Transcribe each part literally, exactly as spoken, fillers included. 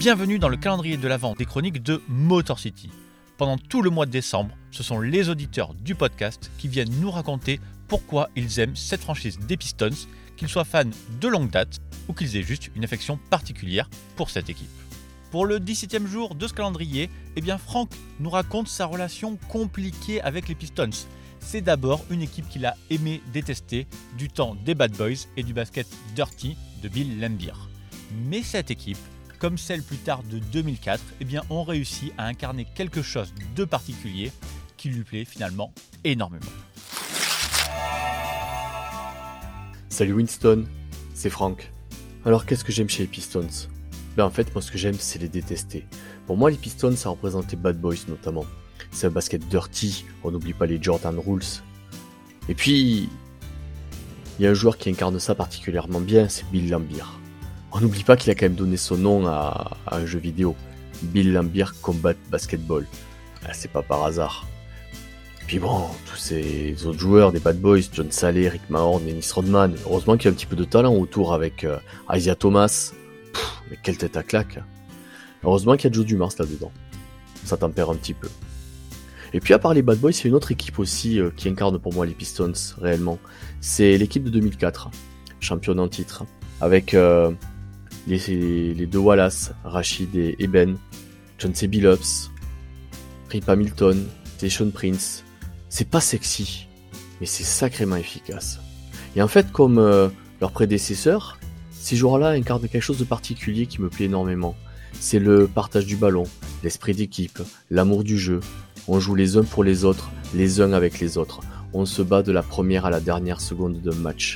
Bienvenue dans le calendrier de l'Avent des chroniques de Motor City. Pendant tout le mois de décembre, ce sont les auditeurs du podcast qui viennent nous raconter pourquoi ils aiment cette franchise des Pistons, qu'ils soient fans de longue date ou qu'ils aient juste une affection particulière pour cette équipe. Pour le dix-septième jour de ce calendrier, eh bien Franck nous raconte sa relation compliquée avec les Pistons. C'est d'abord une équipe qu'il a aimé détester du temps des Bad Boys et du basket dirty de Bill Laimbeer. Mais cette équipe, comme celle plus tard de deux mille quatre, eh bien, ont réussi à incarner quelque chose de particulier qui lui plaît finalement énormément. Salut Winston, c'est Franck. Alors qu'est-ce que j'aime chez les Pistons ? Ben en fait, moi ce que j'aime c'est les détester. Pour moi les Pistons ça représente les Bad Boys notamment. C'est un basket dirty, on n'oublie pas les Jordan Rules. Et puis, il y a un joueur qui incarne ça particulièrement bien, c'est Bill Laimbeer. On n'oublie pas qu'il a quand même donné son nom à, à un jeu vidéo, Bill Laimbeer Combat Basketball. Ah, c'est pas par hasard. Puis bon, tous ces autres joueurs des Bad Boys, John Salley, Rick Mahorn, Dennis Rodman, heureusement qu'il y a un petit peu de talent autour avec euh, Isaiah Thomas. Pff, mais quelle tête à claque. Heureusement qu'il y a Joe Dumars là-dedans. Ça tempère un petit peu. Et puis à part les Bad Boys, il y a une autre équipe aussi euh, qui incarne pour moi les Pistons réellement. C'est l'équipe de deux mille quatre, championne en titre, avec euh, les, les deux Wallace, Rashid et Eben, Chauncey Billups, Rip Hamilton, Tayshaun Prince. C'est pas sexy, mais c'est sacrément efficace. Et en fait, comme euh, leurs prédécesseurs, ces joueurs-là incarnent quelque chose de particulier qui me plaît énormément. C'est le partage du ballon, l'esprit d'équipe, l'amour du jeu. On joue les uns pour les autres, les uns avec les autres. On se bat de la première à la dernière seconde d'un match.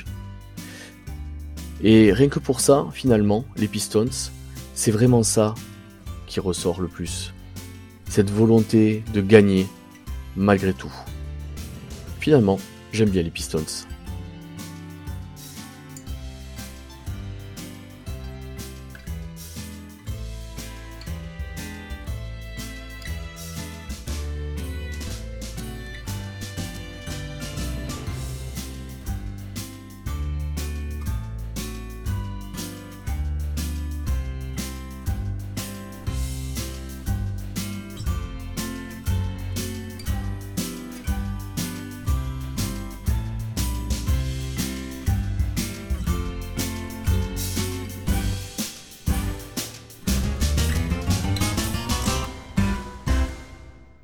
Et rien que pour ça, finalement, les Pistons, c'est vraiment ça qui ressort le plus. Cette volonté de gagner, malgré tout. Finalement, j'aime bien les Pistons.